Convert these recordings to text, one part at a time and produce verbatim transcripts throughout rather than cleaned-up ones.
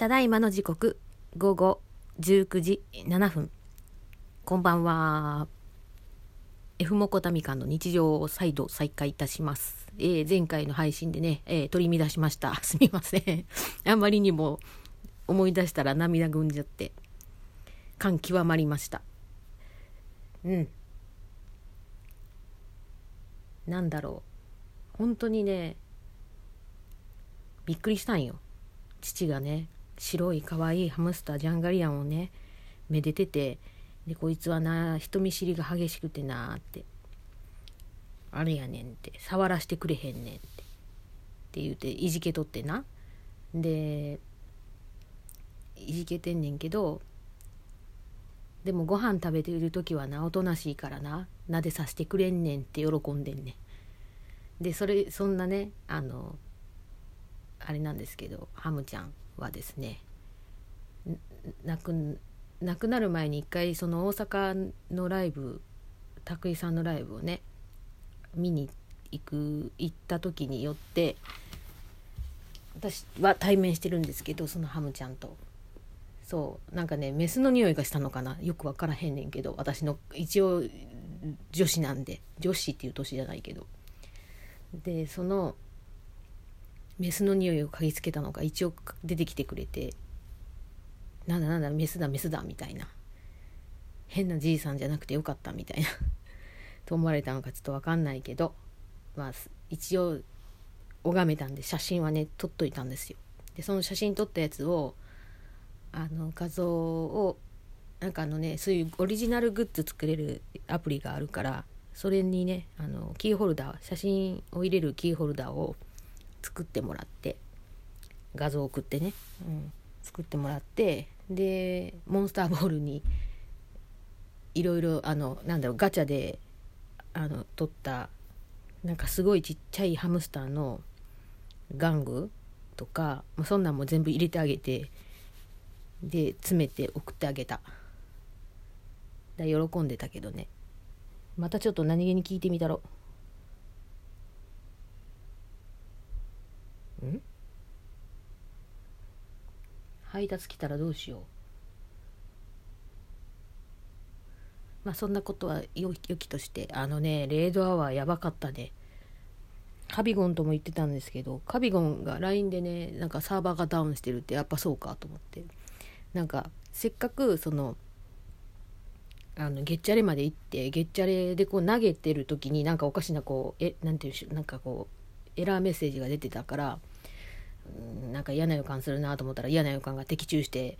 ただいまの時刻ごごじゅうくじななふん。こんばんは。 F モコタミカンの日常を再度再開いたします。えー、前回の配信でね、えー、取り乱しました。すみません。あんまりにも思い出したら涙ぐんじゃって感極まりました。うんなんだろう、本当にねびっくりしたんよ。父がね白い可愛いハムスタージャンガリアンをねめでてて、でこいつはな人見知りが激しくてなーって、あれやねんって、触らしてくれへんねんってって言うていじけとってな。でいじけてんねんけど、でもご飯食べてる時はなおとなしいからな撫でさせてくれんねんって喜んでんねん。でそれそんなねあのあれなんですけど、ハムちゃんはですね亡く亡くなる前に一回その大阪のライブ、拓井さんのライブをね見に行く行った時によって、私は対面してるんですけど、そのハムちゃんとそうなんかねメスの匂いがしたのかな、よく分からへんねんけど、私の一応女子なんで、女子っていう年じゃないけど、でそのメスの匂いを嗅ぎつけたのが一応出てきてくれて、なんだなんだメスだメスだみたいな、変なじいさんじゃなくてよかったみたいなと思われたのかちょっと分かんないけど、まあ一応拝めたんで写真はね撮っといたんですよ。でその写真撮ったやつをあの画像をなんかあのねそういうオリジナルグッズ作れるアプリがあるから、それにねあのキーホルダー、写真を入れるキーホルダーを作ってもらって、画像を送ってね、うん、作ってもらって、でモンスターボールにいろいろあのなんだろうガチャであの撮ったなんかすごいちっちゃいハムスターの玩具とか、まあ、そんなんも全部入れてあげて、で詰めて送ってあげた。だ喜んでたけどね。またちょっと何気に聞いてみたろ。ん配達来たらどうしよう。まあそんなことはよきとして、あのねレイドアワーやばかったね。カビゴンとも言ってたんですけど、カビゴンが ライン でねなんかサーバーがダウンしてるって、やっぱそうかと思って、なんかせっかくそのあのゲッチャレまで行ってゲッチャレでこう投げてる時になんかおかしなこうえなんていうなんかこうエラーメッセージが出てたから、うんなんか嫌な予感するなと思ったら、嫌な予感が的中して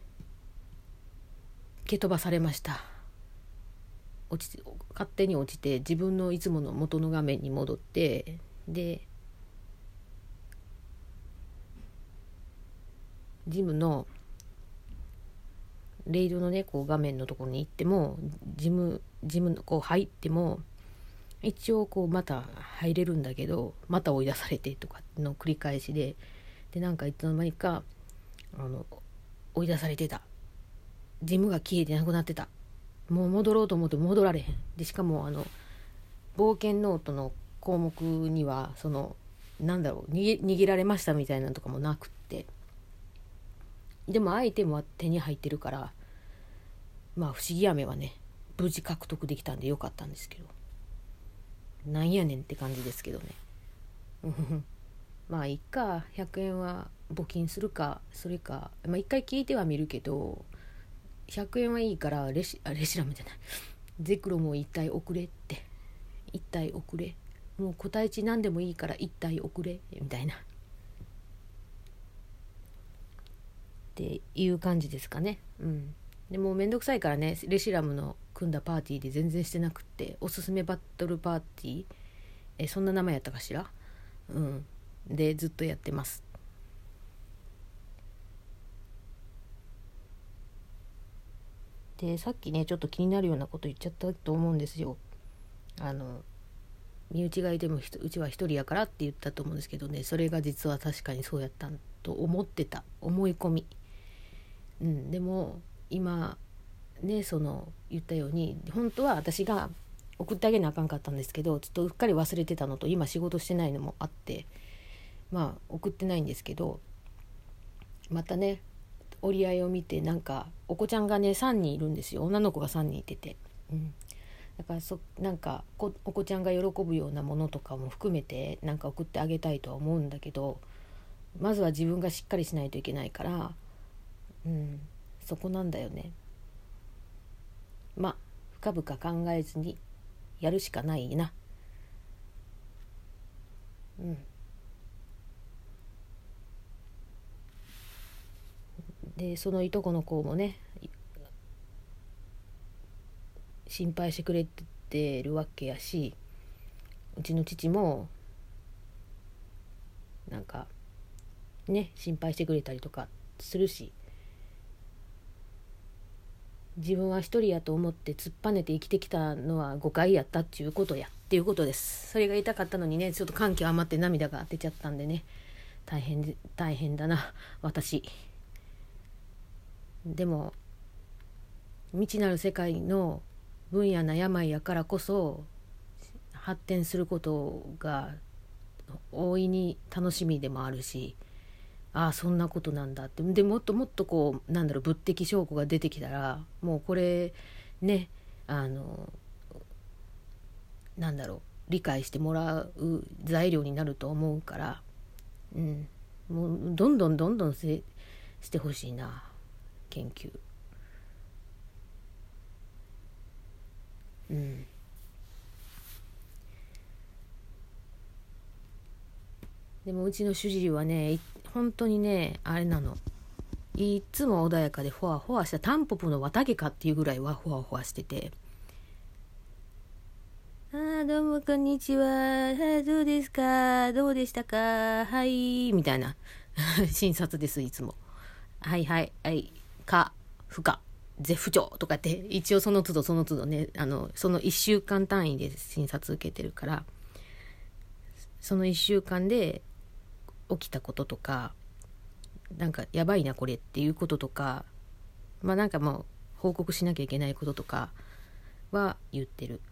蹴飛ばされました。落ちて勝手に落ちて自分のいつもの元の画面に戻って、でジムのレイドのねこう画面のところに行っても、ジムジムのこう入っても一応こうまた入れるんだけど、また追い出されてとかの繰り返しで、でなんかいつの間にかあの追い出されてた、ジムが消えてなくなってた、もう戻ろうと思って戻られへんで、しかもあの冒険ノートの項目にはそのなんだろう逃げ、逃げられましたみたいなのとかもなくって、でもアイテムは手に入ってるから、まあ不思議飴はね無事獲得できたんでよかったんですけど、なんやねんって感じですけどねまあいっか、ひゃくえんは募金するか、それかまあ一回聞いてはみるけど、ひゃくえんはいいからレシあレシラムじゃないゼクロも一体送れって、一体送れ、もう個体値何でもいいから一体送れみたいなっていう感じですかね。うんでもめんどくさいからね、レシラムの組んだパーティーで全然してなくって、おすすめバトルパーティーえそんな名前やったかしら、うんでずっとやってます。でさっきねちょっと気になるようなこと言っちゃったと思うんですよ。あの身内がいてもうちは一人やからって言ったと思うんですけどね、それが実は確かにそうやったと思ってた、思い込み、うん、でも今ねその言ったように本当は私が送ってあげなあかんかったんですけど、ちょっとうっかり忘れてたのと今仕事してないのもあって、まあ送ってないんですけど、またね折り合いを見て、なんかお子ちゃんがねさんにんいるんですよ。女の子がさんにんいてて、うん、だからそなんかこお子ちゃんが喜ぶようなものとかも含めてなんか送ってあげたいとは思うんだけど、まずは自分がしっかりしないといけないから、うん、そこなんだよね。まあ深々考えずにやるしかないな。うん。でそのいとこの子もね心配してくれてるわけやし、うちの父もなんかね心配してくれたりとかするし、自分は一人やと思って突っぱねて生きてきたのは誤解やったっていうことやっていうことです。それが言いたかったのにね、ちょっと感極余って涙が出ちゃったんでね、大変大変だな私。でも未知なる世界の分野な病やからこそ発展することが大いに楽しみでもあるし、ああそんなことなんだって。でもっともっとこうなんだろう物的証拠が出てきたら、もうこれね、あのなんだろう理解してもらう材料になると思うから、うん、もうどんどんどんどんせしてほしいな研究。うん。でもうちの主治医はね本当にねあれなの、いつも穏やかでほわほわした、タンポポの綿毛かっていうぐらいはほわほわしてて、あーどうもこんにちは、あどうですか、どうでしたか、はいみたいな診察ですいつも。はいはいはいか不可絶不調とかって一応その都度その都度ね、あのそのいっしゅうかん単位で診察受けてるから、そのいっしゅうかんで起きたこととか、なんかやばいなこれっていうこととか、まあなんかもう報告しなきゃいけないこととかは言ってる。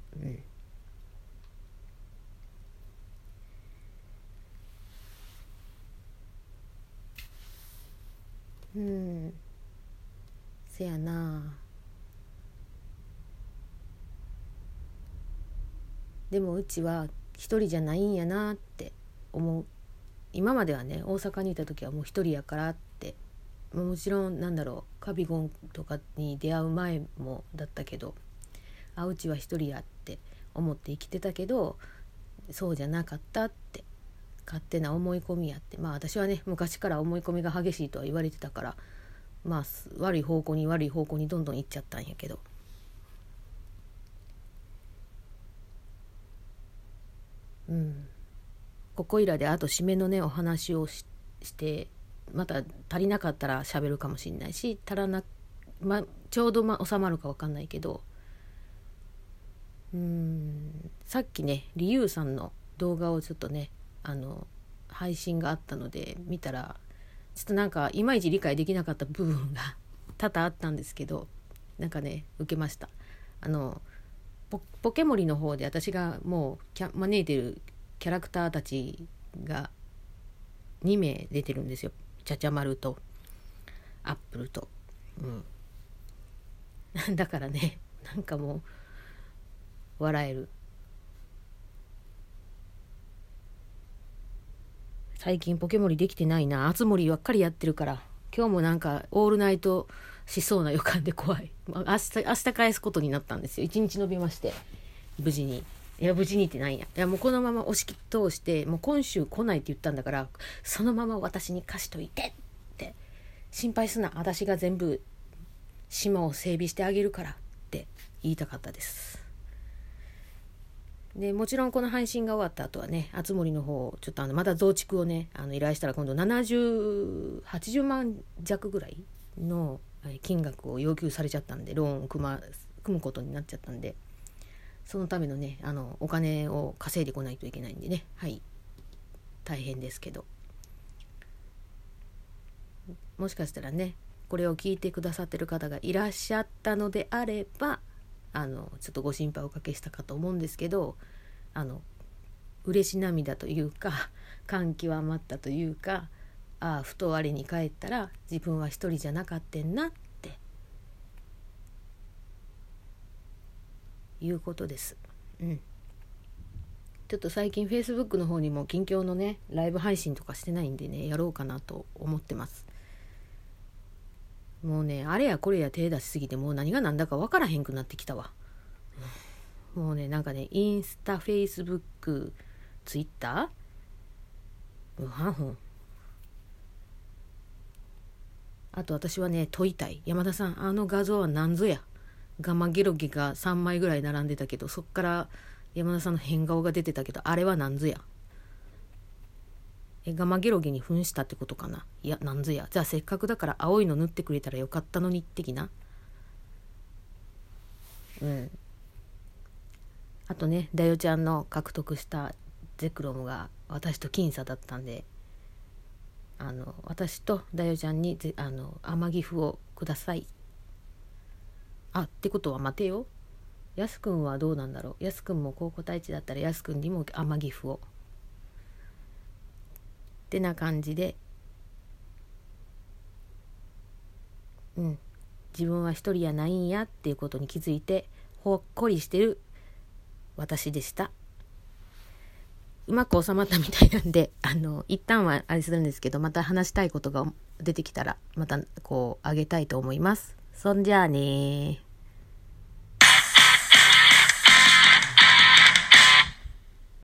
うん、うん、せやな。でもうちは一人じゃないんやなって思う。今まではね大阪にいた時はもう一人やからって、もちろんなんだろうカビゴンとかに出会う前もだったけど、あうちは一人やって思って生きてたけど、そうじゃなかったって勝手な思い込みやって。まあ私はね昔から思い込みが激しいとは言われてたから、まあ悪い方向に悪い方向にどんどん行っちゃったんやけど、うん、ここいらであと締めのねお話を し, してまた足りなかったら喋るかもしれないし、足らな、ま、ちょうど、ま、収まるか分かんないけど、うーんさっきねリユウさんの動画をちょっとねあの配信があったので見たら、ちょっとなんかいまいち理解できなかった部分が多々あったんですけど、なんかね受けました。あの ポ, ポケモリの方で私がもうキャ招いてるキャラクターたちがにめい出てるんですよ。ちゃちゃ丸とアップルと、うん、だからねなんかもう笑える。最近ポケモリできてないな、あつ森ばっかりやってるから、今日もなんかオールナイトしそうな予感で怖い。明日明日返すことになったんですよ。一日延びまして無事に。いや無事にってないや、いやもうこのまま押し通して、もう今週来ないって言ったんだから、そのまま私に貸しといてって、心配すな私が全部島を整備してあげるからって言いたかったです。でもちろんこの配信が終わった後はね、あつ森の方ちょっとあのまた増築をねあの依頼したら、今度ななじゅう、はちじゅうまん弱ぐらいの金額を要求されちゃったんで、ローンを組、ま、組むことになっちゃったんで、そのためのねあのお金を稼いでこないといけないんでね、はい大変ですけど、もしかしたらねこれを聞いてくださってる方がいらっしゃったのであれば、あのちょっとご心配おかけしたかと思うんですけど、あの嬉し涙というか感極まったというか、 ああふと我に返ったら自分は一人じゃなかったんなっていうことです。うん。ちょっと最近 Facebook の方にも近況のねライブ配信とかしてないんでね、やろうかなと思ってます。もうねあれやこれや手出しすぎてもう何が何だか分からへんくなってきたわ。もうねなんかねインスタ、フェイスブック、ツイッター、うはんあと私はね問いたい。山田さんあの画像は何ぞや。ガマゲロゲがさんまいぐらい並んでたけど、そっから山田さんの変顔が出てたけど、あれは何ぞや。えガマゲロゲに扮したってことかな。いやなんぞや。じゃあせっかくだから青いの塗ってくれたらよかったのに的な。うんあとねダヨちゃんの獲得したゼクロムが私と僅差だったんで、あの私とダヨちゃんにあの天城符をください。あってことは待てよ、やすくんはどうなんだろう。やすくんも高校対地だったらやすくんにも天城符をってな感じで、うん自分は一人やないんやっていうことに気づいてほっこりしてる私でした。うまく収まったみたいなんで、あの一旦はあれするんですけど、また話したいことが出てきたらまたこうあげたいと思います。そんじゃあねー。